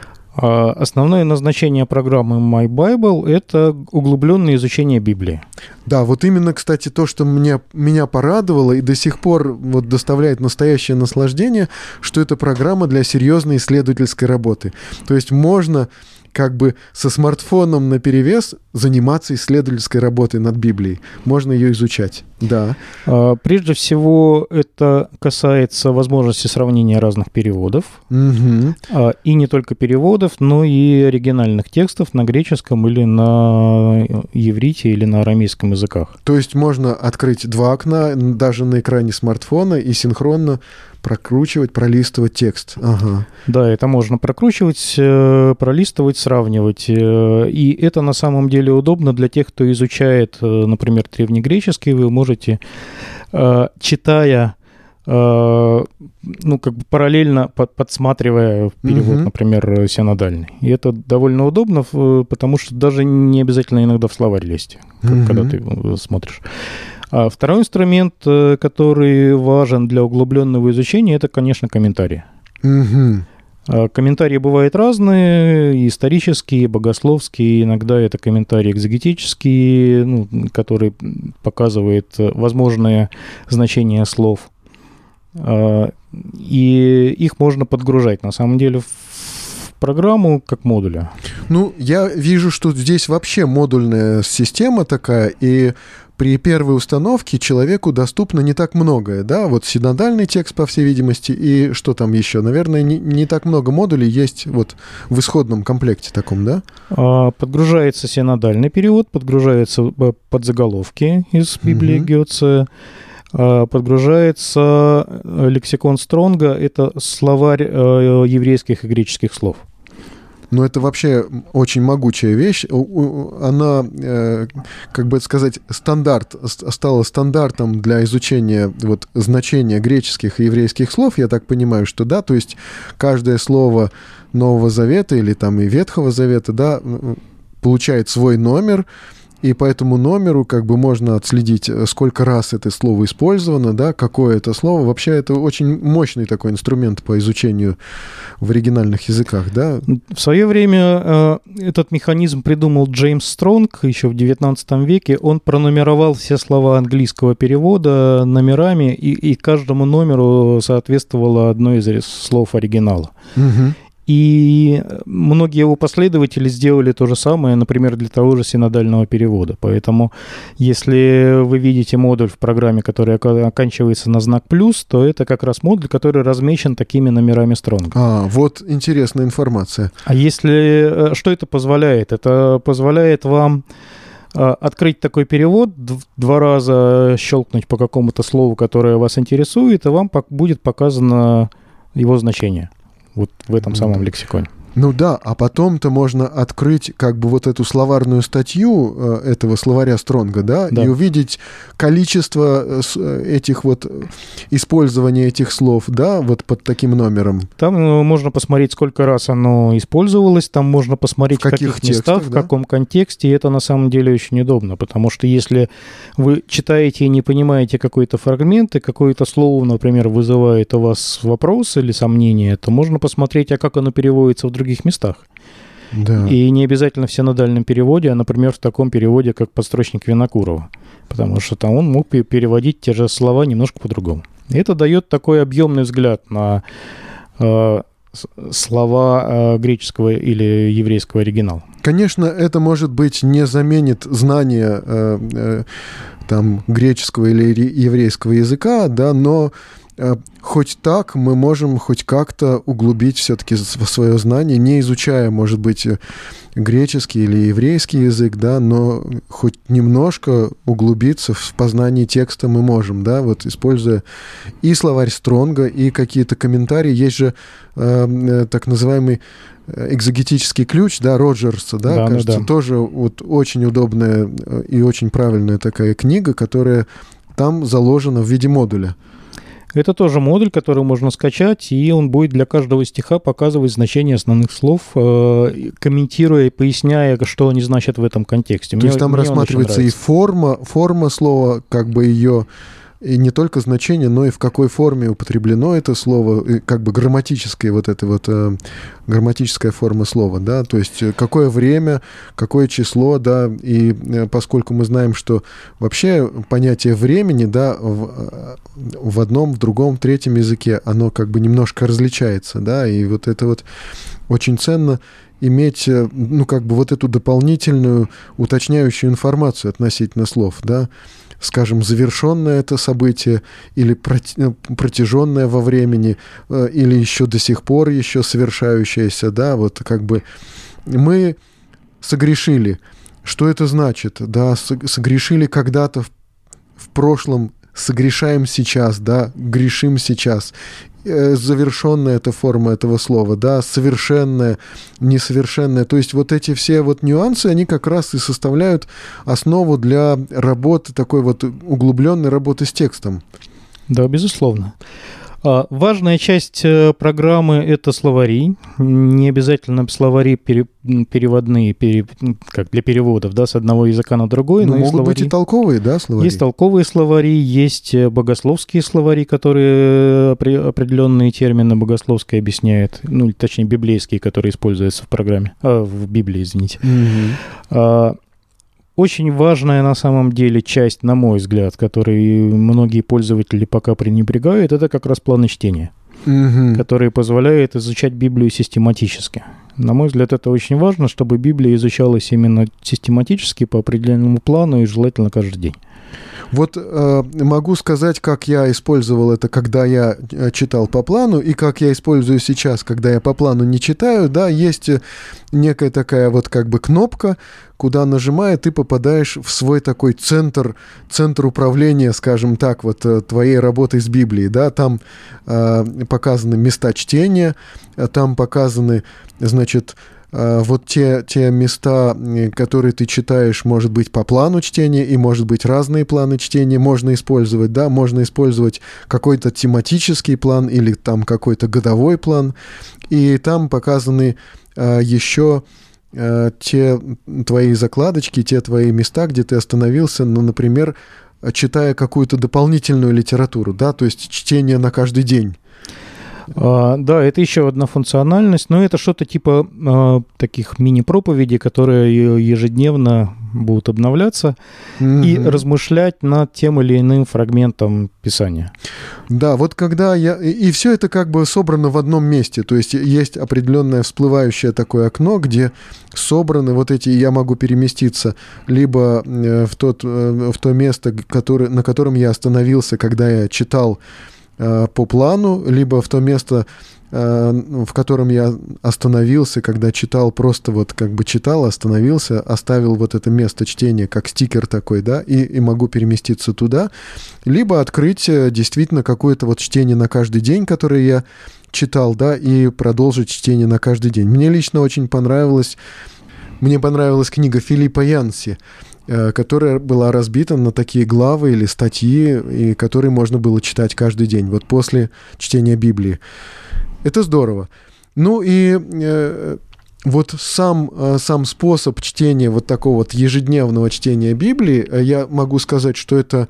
Основное назначение программы MyBible — это углубленное изучение Библии. Да, вот именно, кстати, то, что меня, меня порадовало и до сих пор вот доставляет настоящее наслаждение, что это программа для серьезной исследовательской работы. То есть можно как бы со смартфоном наперевес заниматься исследовательской работой над Библией. Можно ее изучать, да. Прежде всего, это касается возможности сравнения разных переводов. Угу. И не только переводов, но и оригинальных текстов на греческом или на иврите или на арамейском языках. То есть можно открыть два окна даже на экране смартфона и синхронно прокручивать, пролистывать текст. Ага. Да, это можно прокручивать, пролистывать, сравнивать. И это на самом деле удобно для тех, кто изучает, например, древнегреческий. Вы можете, читая ну, как бы параллельно под, подсматривая перевод, mm-hmm. например, синодальный. И это довольно удобно, потому что даже не обязательно иногда в словарь лезть, mm-hmm. когда ты смотришь. А второй инструмент, который важен для углубленного изучения, это, конечно, комментарии. Mm-hmm. Комментарии бывают разные, исторические, богословские, иногда это комментарии экзегетические, ну, которые показывают возможное значение слов. И их можно подгружать, на самом деле, в программу как модуля. Ну, я вижу, что здесь вообще модульная система такая, и при первой установке человеку доступно не так многое, да, вот синодальный текст, по всей видимости, и что там еще? Наверное, не, не так много модулей есть вот в исходном комплекте таком, да? Подгружается синодальный перевод, подгружаются подзаголовки из Библии угу. Гёце, подгружается лексикон Стронга, это словарь еврейских и греческих слов. Но это вообще очень могучая вещь. Она, как бы сказать, стандарт, стала стандартом для изучения вот, значения греческих и еврейских слов. Я так понимаю, что да, то есть каждое слово Нового Завета или там и Ветхого Завета, да, получает свой номер, и по этому номеру как бы можно отследить, сколько раз это слово использовано, да, какое это слово. Вообще это очень мощный такой инструмент по изучению в оригинальных языках, да. В свое время э, этот механизм придумал Джеймс Стронг еще в девятнадцатом веке. Он пронумеровал все слова английского перевода номерами, и, и каждому номеру соответствовало одно из слов оригинала. Угу. И многие его последователи сделали то же самое, например, для того же синодального перевода. Поэтому, если вы видите модуль в программе, который оканчивается на знак плюс, то это как раз модуль, который размечен такими номерами Стронга. А, вот интересная информация. А если... Что это позволяет? Это позволяет вам открыть такой перевод, два раза щелкнуть по какому-то слову, которое вас интересует, и вам будет показано его значение. Вот в этом самом лексиконе. Ну да, а потом-то можно открыть как бы вот эту словарную статью э, этого словаря Стронга, да, да, и увидеть количество этих вот использования этих слов, да, вот под таким номером. Там ну, можно посмотреть, сколько раз оно использовалось, там можно посмотреть, в каких, в каких местах, текстах, в да? каком контексте, и это на самом деле очень удобно, потому что если вы читаете и не понимаете какой-то фрагмент, и какое-то слово, например, вызывает у вас вопрос или сомнение, то можно посмотреть, а как оно переводится в других местах. Да. И не обязательно в синодальном переводе, а, например, в таком переводе, как подстрочник Винокурова, потому что там он мог переводить те же слова немножко по-другому. И это дает такой объемный взгляд на э, слова э, греческого или еврейского оригинала. Конечно, это, может быть, не заменит знания э, э, там, греческого или еврейского языка, да, но хоть так мы можем хоть как-то углубить все-таки свое знание, не изучая, может быть, греческий или еврейский язык, да, но хоть немножко углубиться в познание текста мы можем, да, вот используя и словарь Стронга, и какие-то комментарии. Есть же э, так называемый экзегетический ключ, да, Роджерса, да, да кажется, ну да. тоже вот очень удобная и очень правильная такая книга, которая там заложена в виде модуля. Это тоже модуль, который можно скачать, и он будет для каждого стиха показывать значение основных слов, комментируя и поясняя, что они значат в этом контексте. То мне, есть там рассматривается и форма, форма слова, как бы ее... И не только значение, но и в какой форме употреблено это слово, и как бы грамматическое вот это вот э, грамматическая форма слова, да, то есть какое время, какое число, да, и э, поскольку мы знаем, что вообще понятие времени, да, в, в одном, в другом, в третьем языке, оно как бы немножко различается, да, и вот это вот очень ценно иметь, ну, как бы вот эту дополнительную уточняющую информацию относительно слов, да, скажем, завершенное это событие или протяженное во времени, или еще до сих пор еще совершающееся, да, вот как бы мы согрешили. Что это значит? Да, согрешили когда-то в, в прошлом, согрешаем сейчас, да, грешим сейчас. Завершенная эта форма этого слова, да, совершенная, несовершенная. То есть вот эти все вот нюансы, они как раз и составляют основу для работы, такой вот углубленной работы с текстом. Да, безусловно. Важная часть программы – это словари. Не обязательно словари пере, переводные, пере, как для переводов, да, с одного языка на другой. Но, но могут словари. быть и толковые, да, словари? Есть толковые словари, есть богословские словари, которые определенные термины богословские объясняют, ну, точнее, библейские, которые используются в программе, а, в Библии, извините. Mm-hmm. Очень важная на самом деле часть, на мой взгляд, которой многие пользователи пока пренебрегают, это как раз планы чтения, угу. которые позволяют изучать Библию систематически. На мой взгляд, это очень важно, чтобы Библия изучалась именно систематически по определенному плану и желательно каждый день. Вот э, могу сказать, как я использовал это, когда я читал по плану, и как я использую сейчас, когда я по плану не читаю. Да, есть некая такая вот как бы кнопка, куда нажимая, ты попадаешь в свой такой центр, центр управления, скажем так, вот твоей работой с Библией. Да, там э, показаны места чтения, там показаны, значит, вот те, те места, которые ты читаешь, может быть, по плану чтения, и, может быть, разные планы чтения можно использовать, да, можно использовать какой-то тематический план или там какой-то годовой план, и там показаны а, еще а, те твои закладочки, те твои места, где ты остановился, ну, например, читая какую-то дополнительную литературу, да, то есть чтение на каждый день. А, да, это еще одна функциональность, но это что-то типа а, таких мини-проповедей, которые ежедневно будут обновляться mm-hmm. и размышлять над тем или иным фрагментом Писания. Да, вот когда я... И все это как бы собрано в одном месте, то есть есть определенное всплывающее такое окно, где собраны вот эти... Я могу переместиться либо в, тот, в то место, который, на котором я остановился, когда я читал по плану, либо в то место, в котором я остановился, когда читал, просто вот как бы читал, остановился, оставил вот это место чтения как стикер такой, да, и, и могу переместиться туда, либо открыть действительно какое-то вот чтение на каждый день, которое я читал, да, и продолжить чтение на каждый день. Мне лично очень понравилось, мне понравилась книга Филиппа Янси, которая была разбита на такие главы или статьи, и которые можно было читать каждый день, вот после чтения Библии. Это здорово. Ну и э, вот сам, сам способ чтения, вот такого вот ежедневного чтения Библии, я могу сказать, что это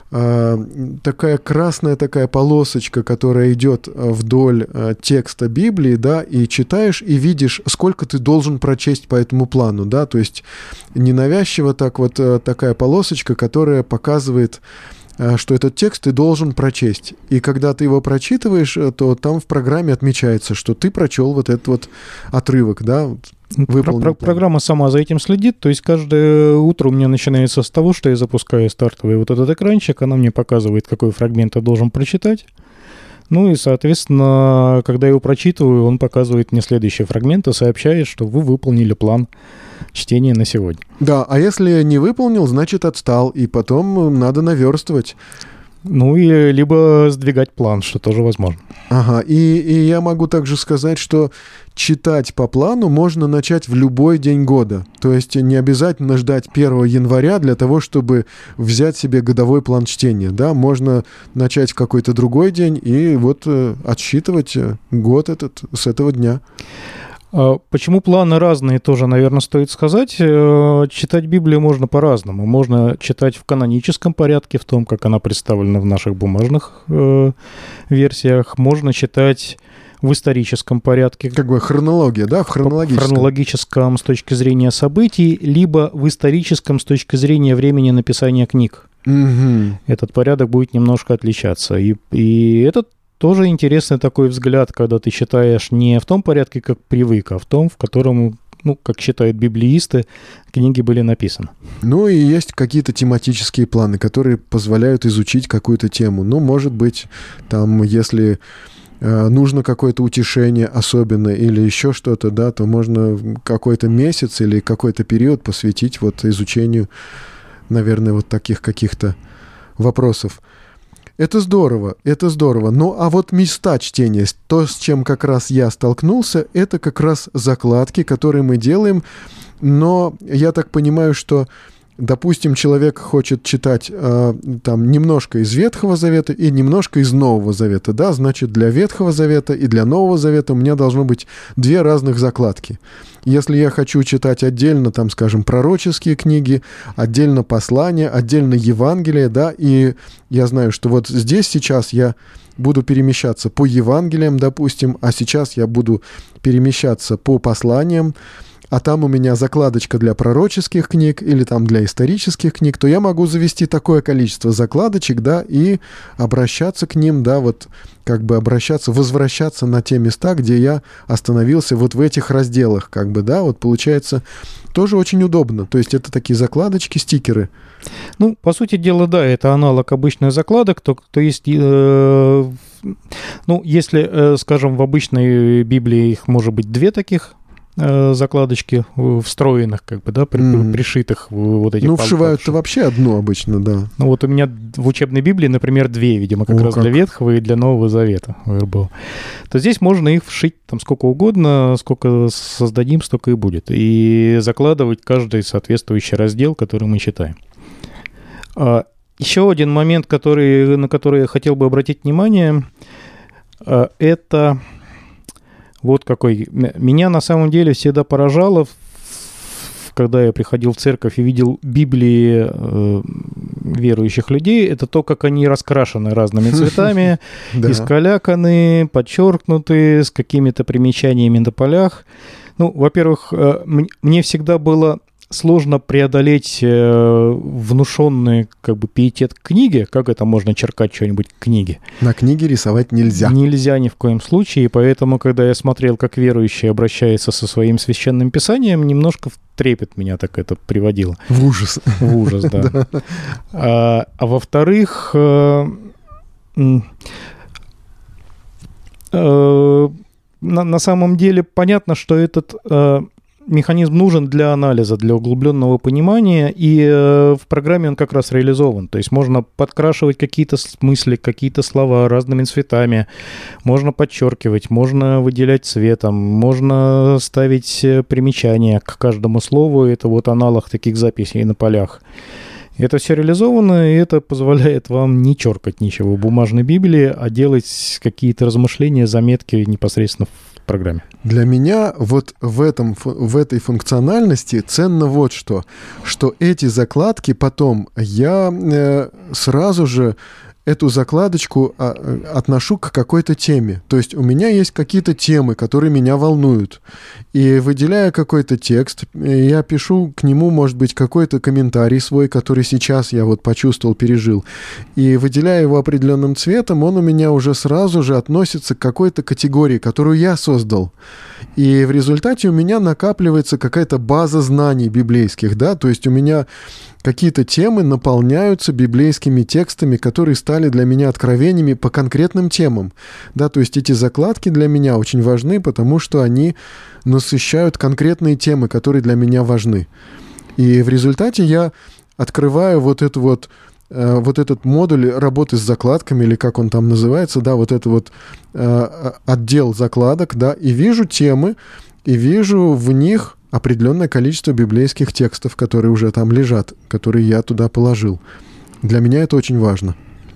такая красная такая полосочка, которая идет вдоль текста Библии, да, и читаешь, и видишь, сколько ты должен прочесть по этому плану, да, то есть ненавязчиво так вот такая полосочка, которая показывает, что этот текст ты должен прочесть. И когда ты его прочитываешь, то там в программе отмечается, что ты прочел вот этот вот отрывок, да, Про- про- программа сама за этим следит, то есть каждое утро у меня начинается с того, что я запускаю стартовый вот этот экранчик, она мне показывает, какой фрагмент я должен прочитать. Ну и, соответственно, когда я его прочитываю, он показывает мне следующий фрагмент и сообщает, что вы выполнили план чтения на сегодня. Да, а если не выполнил, значит отстал, и потом надо наверстывать. Ну и либо сдвигать план, что тоже возможно. Ага, и, и я могу также сказать, что читать по плану можно начать в любой день года. То есть не обязательно ждать первого января для того, чтобы взять себе годовой план чтения. Да? Можно начать в какой-то другой день и вот отсчитывать год этот с этого дня. Почему планы разные, тоже, наверное, стоит сказать. Читать Библию можно по-разному. Можно читать в каноническом порядке, в том, как она представлена в наших бумажных э, версиях. Можно читать в историческом порядке. Как бы хронология, да? В хронологическом. В хронологическом с точки зрения событий, либо в историческом с точки зрения времени написания книг. Угу. Этот порядок будет немножко отличаться. И, и этот тоже интересный такой взгляд, когда ты читаешь не в том порядке, как привык, а в том, в котором, ну, как считают библеисты, книги были написаны. Ну и есть какие-то тематические планы, которые позволяют изучить какую-то тему. Ну, может быть, там, если э, нужно какое-то утешение особенное или еще что-то, да, то можно какой-то месяц или какой-то период посвятить вот изучению, наверное, вот таких каких-то вопросов. Это здорово, это здорово. Ну, а вот места чтения, то, с чем как раз я столкнулся, это как раз закладки, которые мы делаем. Но я так понимаю, что допустим, человек хочет читать э, там немножко из Ветхого Завета и немножко из Нового Завета, да, значит, для Ветхого Завета и для Нового Завета у меня должно быть две разных закладки. Если я хочу читать отдельно, там, скажем, пророческие книги, отдельно послания, отдельно Евангелие, да, и я знаю, что вот здесь сейчас я буду перемещаться по Евангелиям, допустим, а сейчас я буду перемещаться по посланиям, а там у меня закладочка для пророческих книг или там для исторических книг, то я могу завести такое количество закладочек, да, и обращаться к ним, да, вот как бы обращаться, возвращаться на те места, где я остановился вот в этих разделах, как бы, да, вот получается тоже очень удобно. То есть это такие закладочки, стикеры. Ну, по сути дела, да, это аналог обычных закладок, то, то есть, э, ну, если, э, скажем, в обычной Библии их может быть две таких закладочки встроенных, как бы, да, при, mm. пришитых вот этих. Ну, вшивают-то вообще одну обычно, да. Ну, вот у меня в учебной Библии, например, две, видимо, как О, раз как. для Ветхого и для Нового Завета был. То здесь можно их вшить там сколько угодно, сколько создадим, столько и будет. И закладывать каждый соответствующий раздел, который мы читаем. Еще один момент, который, на который я хотел бы обратить внимание, это... Вот какой. Меня на самом деле всегда поражало, когда я приходил в церковь и видел Библии э, верующих людей, это то, как они раскрашены разными цветами, искаляканы, подчеркнуты, с какими-то примечаниями на полях. Ну, во-первых, мне всегда было сложно преодолеть э, внушенный как бы пиетет к книге. Как это можно черкать что-нибудь к книге? На книге рисовать нельзя. Нельзя ни в коем случае. И поэтому, когда я смотрел, как верующий обращается со своим священным писанием, немножко в трепет меня так это приводило. В ужас. В ужас, да. А, а во-вторых, э, э, на, на самом деле понятно, что этот... Э, механизм нужен для анализа, для углубленного понимания, и э, в программе он как раз реализован. То есть можно подкрашивать какие-то смыслы, какие-то слова разными цветами, можно подчеркивать, можно выделять цветом, можно ставить примечания к каждому слову. Это вот аналог таких записей на полях. Это все реализовано, и это позволяет вам не черкать ничего в бумажной Библии, а делать какие-то размышления, заметки непосредственно в программе. Для меня вот в, этом, в этой функциональности ценно вот что, что эти закладки потом я э, сразу же эту закладочку отношу к какой-то теме. То есть у меня есть какие-то темы, которые меня волнуют. И выделяя какой-то текст, я пишу к нему, может быть, какой-то комментарий свой, который сейчас я вот почувствовал, пережил. И выделяя его определенным цветом, он у меня уже сразу же относится к какой-то категории, которую я создал. И в результате у меня накапливается какая-то база знаний библейских, да, то есть у меня какие-то темы наполняются библейскими текстами, которые стали для меня откровениями по конкретным темам. Да, то есть эти закладки для меня очень важны, потому что они насыщают конкретные темы, которые для меня важны. И в результате я открываю вот эту вот э, вот этот модуль работы с закладками, или как он там называется, да, вот это вот э, отдел закладок, да, и вижу темы, и вижу в них определенное количество библейских текстов, которые уже там лежат, которые я туда положил. Для меня это очень важно.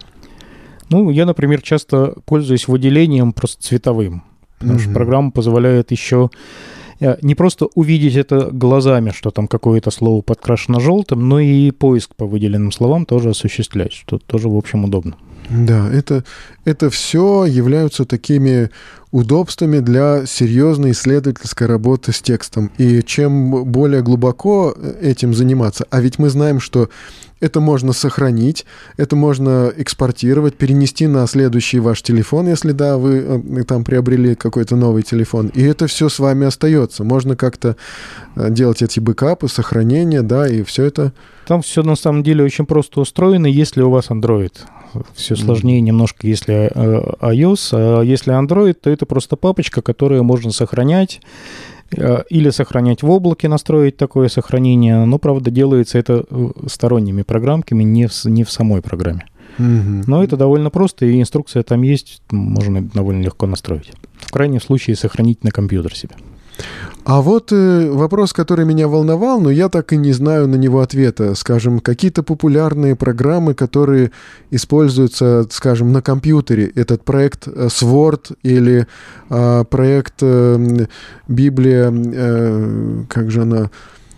Ну, я, например, часто пользуюсь выделением просто цветовым, потому mm-hmm. что программа позволяет еще не просто увидеть это глазами, что там какое-то слово подкрашено желтым, но и поиск по выделенным словам тоже осуществлять, что тоже, в общем, удобно. Да, это, это все являются такими удобствами для серьезной исследовательской работы с текстом. И чем более глубоко этим заниматься, а ведь мы знаем, что это можно сохранить, это можно экспортировать, перенести на следующий ваш телефон, если, да, вы там приобрели какой-то новый телефон, и это все с вами остается. Можно как-то делать эти бэкапы, сохранения, да, и все это... Там все на самом деле очень просто устроено, если у вас Android. Все сложнее mm. немножко, если iOS, а если Android, то это просто папочка, которую можно сохранять, или сохранять в облаке, настроить такое сохранение, но, правда, делается это сторонними программками, не в, не в самой программе. Mm-hmm. Но это довольно просто, и инструкция там есть, можно довольно легко настроить. В крайнем случае сохранить на компьютер себе. А вот э, вопрос, который меня волновал, но я так и не знаю на него ответа. Скажем, какие-то популярные программы, которые используются, скажем, на компьютере. Этот проект Sword или э, проект э, Библия, э, как же она...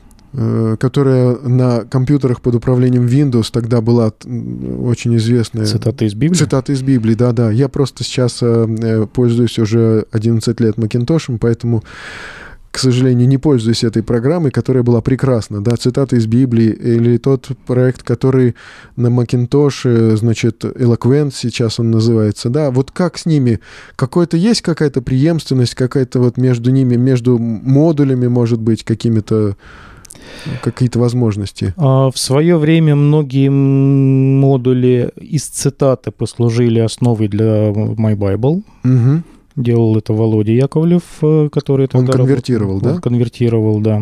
которая на компьютерах под управлением Windows тогда была очень известная. Цитата из Библии? Цитата из Библии, да-да. Я просто сейчас э, пользуюсь уже одиннадцать лет Макинтошем, поэтому, к сожалению, не пользуюсь этой программой, которая была прекрасна. Да, цитата из Библии или тот проект, который на Макинтоше, значит, Eloquent сейчас он называется. Да, вот как с ними? Какой-то есть какая-то преемственность, какая-то вот между ними, между модулями, может быть, какими-то... какие-то возможности? В свое время многие модули из цитаты послужили основой для MyBible. Угу. Делал это Володя Яковлев, который тогда... Он конвертировал, работал. да? Он конвертировал, да.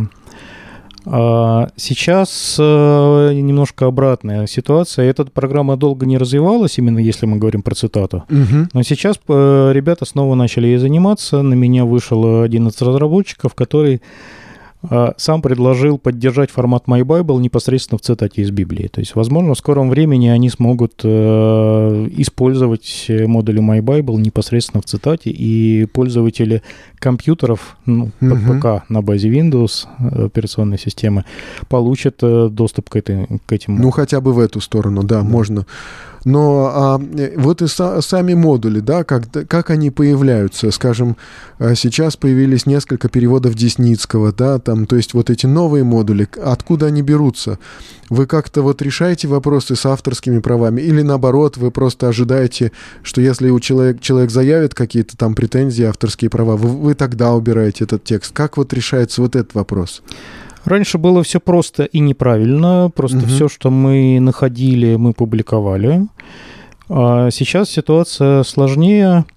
А сейчас немножко обратная ситуация. Эта программа долго не развивалась, именно если мы говорим про цитату. Угу. Но сейчас ребята снова начали ей заниматься. На меня вышел один из разработчиков, который... сам предложил поддержать формат MyBible непосредственно в цитате из Библии. То есть, возможно, в скором времени они смогут э, использовать модули MyBible непосредственно в цитате, и пользователи компьютеров, ну, uh-huh. ПК на базе Windows, операционной системы, получат э, доступ к, этой, к этим. Ну, хотя бы в эту сторону, да, mm-hmm. можно. Но а, вот и са, сами модули, да, как, как они появляются? Скажем, сейчас появились несколько переводов Десницкого, да, там, то есть вот эти новые модули, откуда они берутся? Вы как-то вот решаете вопросы с авторскими правами? Или наоборот, вы просто ожидаете, что если у человек, человек заявит какие-то там претензии, авторские права, вы, вы тогда убираете этот текст? Как вот решается вот этот вопрос? Раньше было все просто и неправильно. Просто угу. все, что мы находили, мы публиковали. А сейчас ситуация сложнее.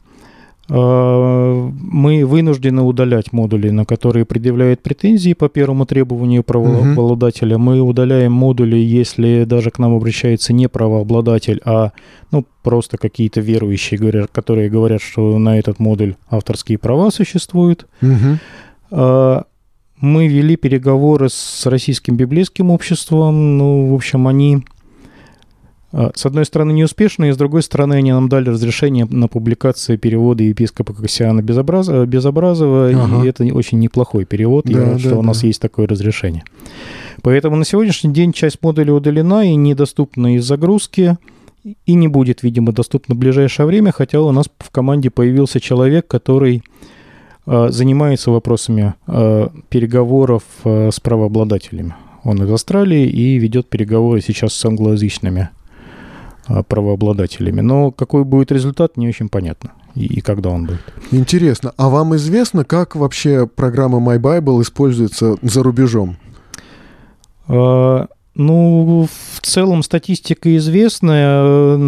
Мы вынуждены удалять модули, на которые предъявляют претензии по первому требованию правообладателя. Угу. Мы удаляем модули, если даже к нам обращается не правообладатель, а ну, просто какие-то верующие, говорят, которые говорят, что на этот модуль авторские права существуют. Угу. Мы вели переговоры с Российским библейским обществом. Ну, в общем, они, с одной стороны, неуспешные, с другой стороны, они нам дали разрешение на публикацию перевода епископа Кассиана Безобразова, ага. и это очень неплохой перевод, да, я рад, да, что да. у нас есть такое разрешение. Поэтому на сегодняшний день часть модуля удалена и недоступна из загрузки, и не будет, видимо, доступна в ближайшее время, хотя у нас в команде появился человек, который... занимается вопросами э, переговоров э, с правообладателями. Он из Австралии и ведет переговоры сейчас с англоязычными э, правообладателями. Но какой будет результат, не очень понятно. И, и когда он будет. Интересно. А вам известно, как вообще программа MyBible используется за рубежом? Э, ну, в целом статистика известная.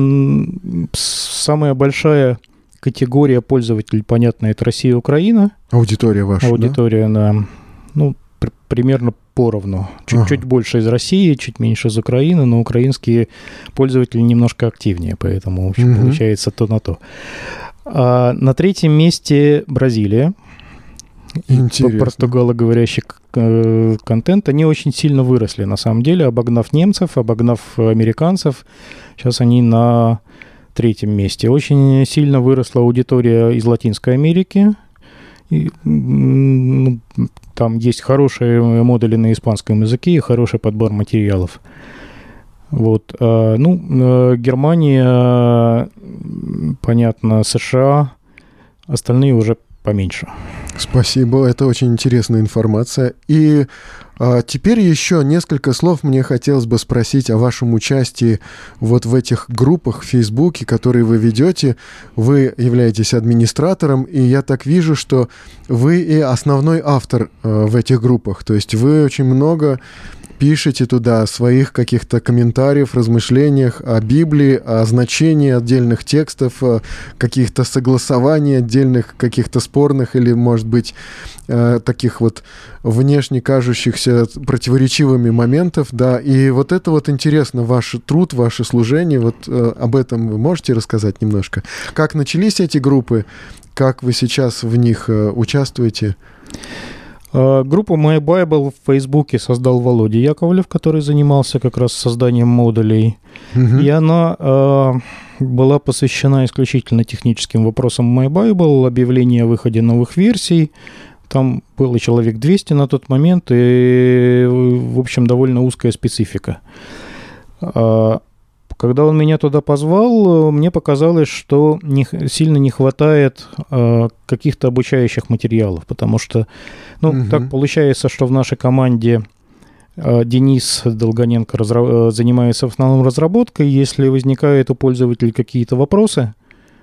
Самая большая... категория пользователей, понятно, это Россия и Украина. Аудитория ваша, Аудитория, да? да. Ну, пр- примерно поровну. Чуть-чуть ага. больше из России, чуть меньше из Украины, но украинские пользователи немножко активнее, поэтому, в общем, угу. получается то на то. А на третьем месте Бразилия. Интересно. Португалоговорящий контент. Они очень сильно выросли, на самом деле, обогнав немцев, обогнав американцев. Сейчас они на... третьем месте. Очень сильно выросла аудитория из Латинской Америки. И, ну, там есть хорошие модули на испанском языке и хороший подбор материалов. Вот. Ну, Германия, понятно, США, остальные уже поменьше. Спасибо, это очень интересная информация. И а, теперь еще несколько слов мне хотелось бы спросить о вашем участии вот в этих группах в Фейсбуке, которые вы ведете. Вы являетесь администратором, и я так вижу, что вы и основной автор а, в этих группах. То есть вы очень много пишете туда своих каких-то комментариев, размышлениях о Библии, о значении отдельных текстов, каких-то согласований отдельных, каких-то спорных или, может быть, таких вот внешне кажущихся противоречивыми моментов, да, и вот это вот интересно, ваш труд, ваше служение, вот об этом вы можете рассказать немножко? Как начались эти группы, как вы сейчас в них участвуете? Группу MyBible в Фейсбуке создал Володя Яковлев, который занимался как раз созданием модулей. Угу. И она э, была посвящена исключительно техническим вопросам MyBible, объявлению о выходе новых версий. Там было человек двести на тот момент, и, в общем, довольно узкая специфика. Когда он меня туда позвал, мне показалось, что не, сильно не хватает э, каких-то обучающих материалов, потому что, ну, угу. так получается, что в нашей команде э, Денис Долгоненко разра- занимается в основном разработкой. Если возникают у пользователей какие-то вопросы,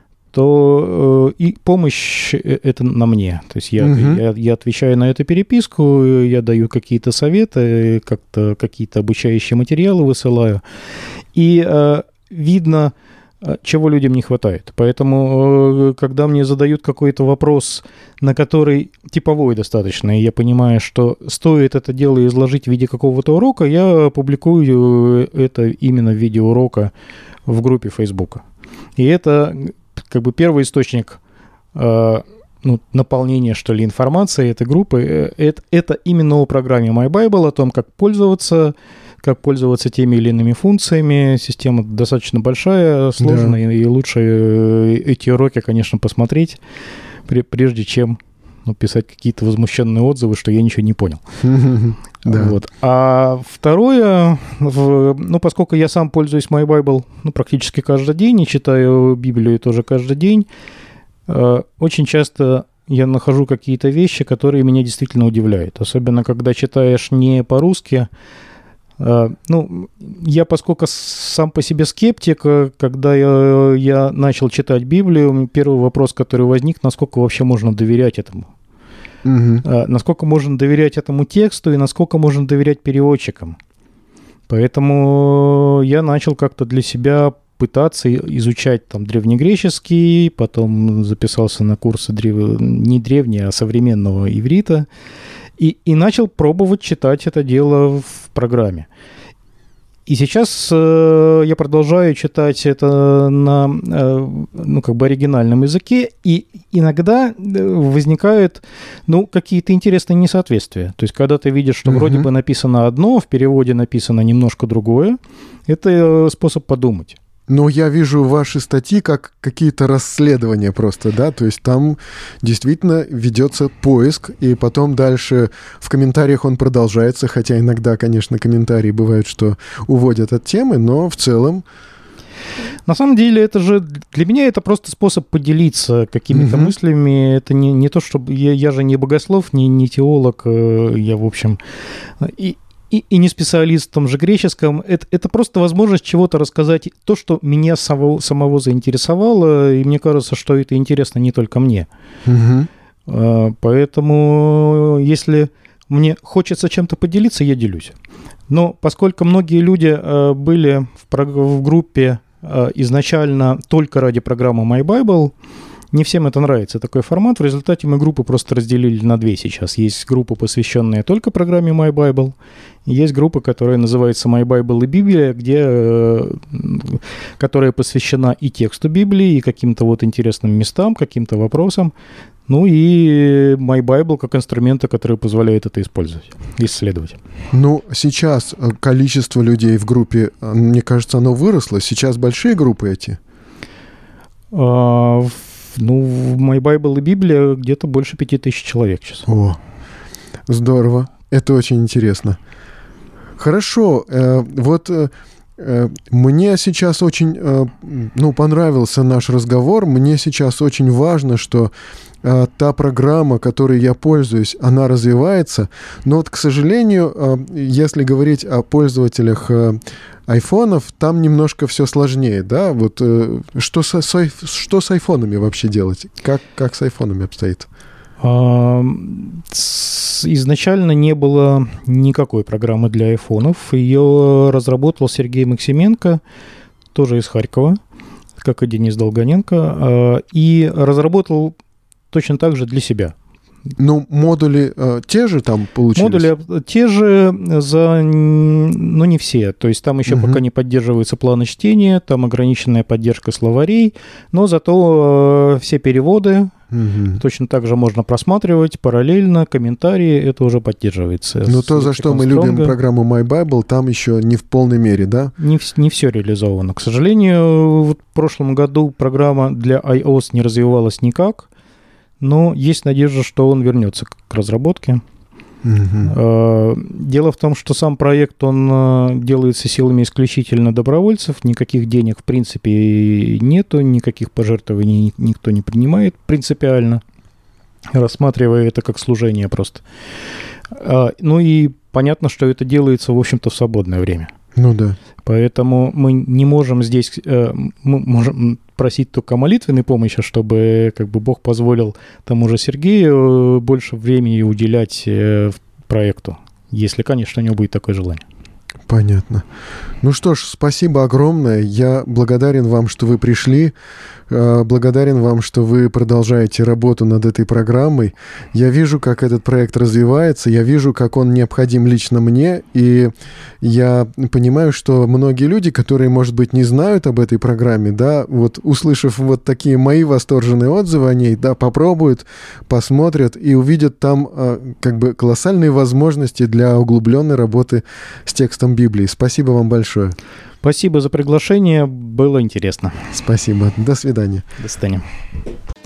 то э, и помощь это на мне. То есть я, угу. я, я отвечаю на эту переписку, я даю какие-то советы, как-то, какие-то обучающие материалы высылаю. И э, видно, чего людям не хватает. Поэтому, э, когда мне задают какой-то вопрос, на который типовой достаточно, и я понимаю, что стоит это дело изложить в виде какого-то урока, я публикую это именно в виде урока в группе Фейсбука. И это как бы первый источник э, ну, наполнения, что ли, информации этой группы. Это, это именно о программе MyBible, о том, как пользоваться, как пользоваться теми или иными функциями. Система достаточно большая, сложная, да. И лучше эти уроки, конечно, посмотреть, прежде чем ну, писать какие-то возмущенные отзывы, что я ничего не понял. Да. Вот. А второе, ну, поскольку я сам пользуюсь MyBible ну, практически каждый день и читаю Библию тоже каждый день, очень часто я нахожу какие-то вещи, которые меня действительно удивляют. Особенно, когда читаешь не по-русски. Ну, я, поскольку сам по себе скептик, когда я, я начал читать Библию, первый вопрос, который возник, насколько вообще можно доверять этому. Угу. Насколько можно доверять этому тексту и насколько можно доверять переводчикам. Поэтому я начал как-то для себя пытаться изучать там древнегреческий, потом записался на курсы древ... не древнего, а современного иврита, и, и начал пробовать читать это дело в программе. И сейчас э, я продолжаю читать это на э, ну, как бы оригинальном языке, и иногда возникают ну, какие-то интересные несоответствия. То есть, когда ты видишь, что uh-huh. вроде бы написано одно, в переводе написано немножко другое, это способ подумать. Но я вижу ваши статьи как какие-то расследования просто, да, то есть там действительно ведется поиск, и потом дальше в комментариях он продолжается, хотя иногда, конечно, комментарии бывают, что уводят от темы, но в целом... На самом деле, это же для меня это просто способ поделиться какими-то uh-huh. мыслями. Это не, не то, чтобы... Я, я же не богослов, не, не теолог, я, в общем... И, И, и не специалист в том же греческом. Это, это просто возможность чего-то рассказать, то, что меня самого, самого заинтересовало, и мне кажется, что это интересно не только мне. Угу. Поэтому, если мне хочется чем-то поделиться, я делюсь. Но поскольку многие люди были в, в группе изначально только ради программы MyBible, не всем это нравится, такой формат. В результате мы группы просто разделили на две сейчас. Есть группа, посвященная только программе MyBible, и есть группа, которая называется MyBible и Библия, где, которая посвящена и тексту Библии, и каким-то вот интересным местам, каким-то вопросам. Ну и MyBible как инструмента, который позволяет это использовать, исследовать. Ну, сейчас количество людей в группе, мне кажется, оно выросло. Сейчас большие группы эти? А, ну, в MyBible и Библия где-то больше пяти тысяч человек сейчас. О, здорово. Это очень интересно. Хорошо. Э, вот э, мне сейчас очень, э, ну, понравился наш разговор. Мне сейчас очень важно, что э, та программа, которой я пользуюсь, она развивается. Но вот, к сожалению, э, если говорить о пользователях э, айфонов, там немножко все сложнее, да? Вот э, что, со, со, что с айфонами вообще делать? Как, как с айфонами обстоит? Изначально не было никакой программы для айфонов. Ее разработал Сергей Максименко, тоже из Харькова, как и Денис Долгоненко, и разработал точно так же для себя. Ну, модули э, те же там получились? Модули те же, за, но не все. То есть там еще uh-huh. пока не поддерживаются планы чтения, там ограниченная поддержка словарей, но зато э, все переводы Угу. Точно так же можно просматривать параллельно, комментарии, это уже поддерживается. Но то, за что мы любим программу MyBible, там еще не в полной мере, да? Не, не все реализовано. К сожалению, вот в прошлом году программа для iOS не развивалась никак, но есть надежда, что он вернется к разработке. Угу. Дело в том, что сам проект, он делается силами исключительно добровольцев, никаких денег в принципе нету, никаких пожертвований никто не принимает принципиально, рассматривая это как служение просто. Ну и понятно, что это делается, в общем-то, в свободное время. Ну да. Поэтому мы не можем здесь, мы можем просить только молитвенной помощи, чтобы как бы Бог позволил тому же Сергею больше времени уделять проекту, если, конечно, у него будет такое желание. Понятно. Ну что ж, спасибо огромное. Я благодарен вам, что вы пришли. Благодарен вам, что вы продолжаете работу над этой программой. Я вижу, как этот проект развивается, я вижу, как он необходим лично мне, и я понимаю, что многие люди, которые, может быть, не знают об этой программе, да, вот услышав вот такие мои восторженные отзывы о ней, да, попробуют, посмотрят и увидят там как бы колоссальные возможности для углубленной работы с текстом Библии. Спасибо вам большое. Спасибо за приглашение, было интересно. Спасибо. До свидания. До свидания.